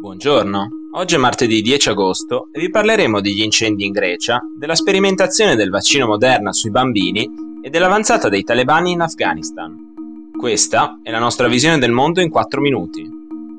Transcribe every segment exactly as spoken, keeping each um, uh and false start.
Buongiorno, oggi è martedì dieci agosto e vi parleremo degli incendi in Grecia, della sperimentazione del vaccino Moderna sui bambini e dell'avanzata dei talebani in Afghanistan. Questa è la nostra visione del mondo in quattro minuti.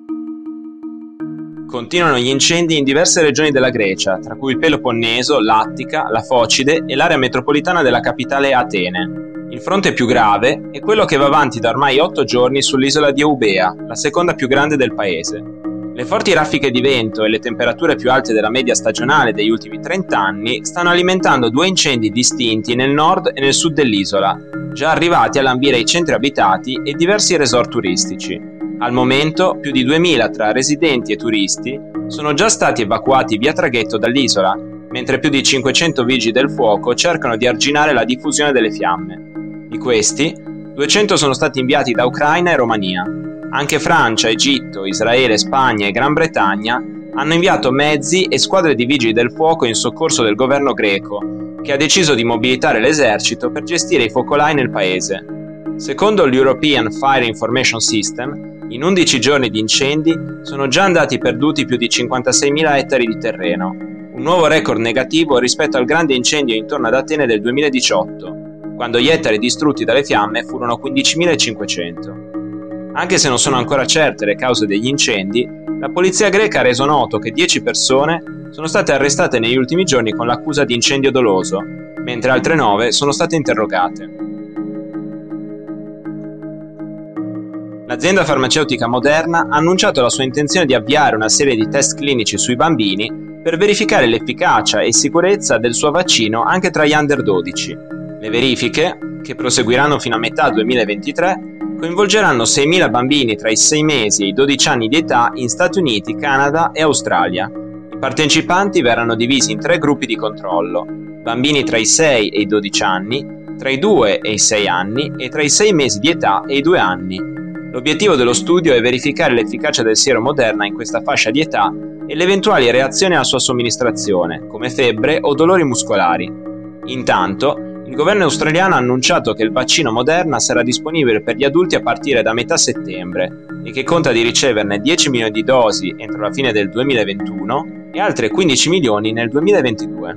Continuano gli incendi in diverse regioni della Grecia, tra cui il Peloponneso, l'Attica, la Focide e l'area metropolitana della capitale Atene. Il fronte più grave è quello che va avanti da ormai otto giorni sull'isola di Eubea, la seconda più grande del paese. Le forti raffiche di vento e le temperature più alte della media stagionale degli ultimi trenta anni stanno alimentando due incendi distinti nel nord e nel sud dell'isola, già arrivati a lambire i centri abitati e diversi resort turistici. Al momento, più di duemila tra residenti e turisti sono già stati evacuati via traghetto dall'isola, mentre più di cinquecento vigili del fuoco cercano di arginare la diffusione delle fiamme. Di questi, duecento sono stati inviati da Ucraina e Romania. Anche Francia, Egitto, Israele, Spagna e Gran Bretagna hanno inviato mezzi e squadre di vigili del fuoco in soccorso del governo greco, che ha deciso di mobilitare l'esercito per gestire i focolai nel paese. Secondo l'European Fire Information System, in undici giorni di incendi sono già andati perduti più di cinquantaseimila ettari di terreno, un nuovo record negativo rispetto al grande incendio intorno ad Atene del duemiladiciotto, quando gli ettari distrutti dalle fiamme furono quindicimilacinquecento. Anche se non sono ancora certe le cause degli incendi, la polizia greca ha reso noto che dieci persone sono state arrestate negli ultimi giorni con l'accusa di incendio doloso, mentre altre nove sono state interrogate. L'azienda farmaceutica Moderna ha annunciato la sua intenzione di avviare una serie di test clinici sui bambini per verificare l'efficacia e sicurezza del suo vaccino anche tra gli under dodici. Le verifiche, che proseguiranno fino a metà duemilaventitré, coinvolgeranno seimila bambini tra i sei mesi e i dodici anni di età in Stati Uniti, Canada e Australia. I partecipanti verranno divisi in tre gruppi di controllo: bambini tra i sei e i dodici anni, tra i due e i sei anni e tra i sei mesi di età e i due anni. L'obiettivo dello studio è verificare l'efficacia del siero Moderna in questa fascia di età e le eventuali reazioni alla sua somministrazione, come febbre o dolori muscolari. Intanto, il governo australiano ha annunciato che il vaccino Moderna sarà disponibile per gli adulti a partire da metà settembre e che conta di riceverne dieci milioni di dosi entro la fine del duemilaventuno e altre quindici milioni nel duemilaventidue.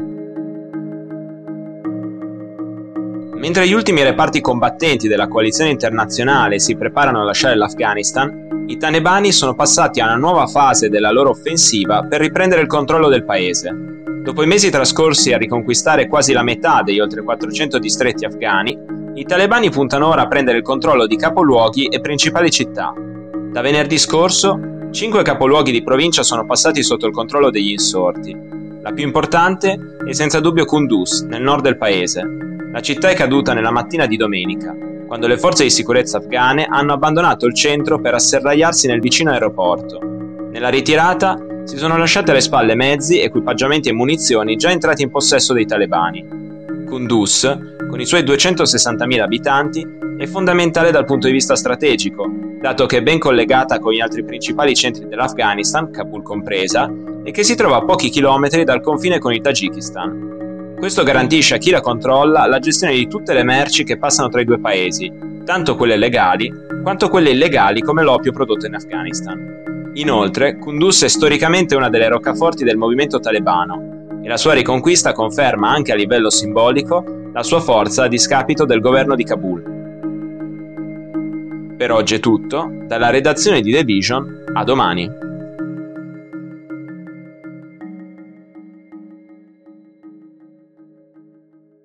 Mentre gli ultimi reparti combattenti della coalizione internazionale si preparano a lasciare l'Afghanistan, i talebani sono passati a una nuova fase della loro offensiva per riprendere il controllo del paese. Dopo i mesi trascorsi a riconquistare quasi la metà degli oltre quattrocento distretti afghani, i talebani puntano ora a prendere il controllo di capoluoghi e principali città. Da venerdì scorso, cinque capoluoghi di provincia sono passati sotto il controllo degli insorti. La più importante è senza dubbio Kunduz, nel nord del paese. La città è caduta nella mattina di domenica, quando le forze di sicurezza afghane hanno abbandonato il centro per asserragliarsi nel vicino aeroporto. Nella ritirata si sono lasciate alle spalle mezzi, equipaggiamenti e munizioni già entrati in possesso dei talebani. Kunduz, con i suoi duecentosessantamila abitanti, è fondamentale dal punto di vista strategico, dato che è ben collegata con gli altri principali centri dell'Afghanistan, Kabul compresa, e che si trova a pochi chilometri dal confine con il Tagikistan. Questo garantisce a chi la controlla la gestione di tutte le merci che passano tra i due paesi, tanto quelle legali quanto quelle illegali come l'oppio prodotto in Afghanistan. Inoltre, Kunduz è storicamente una delle roccaforti del movimento talebano e la sua riconquista conferma anche a livello simbolico la sua forza a discapito del governo di Kabul. Per oggi è tutto, dalla redazione di The Vision, a domani.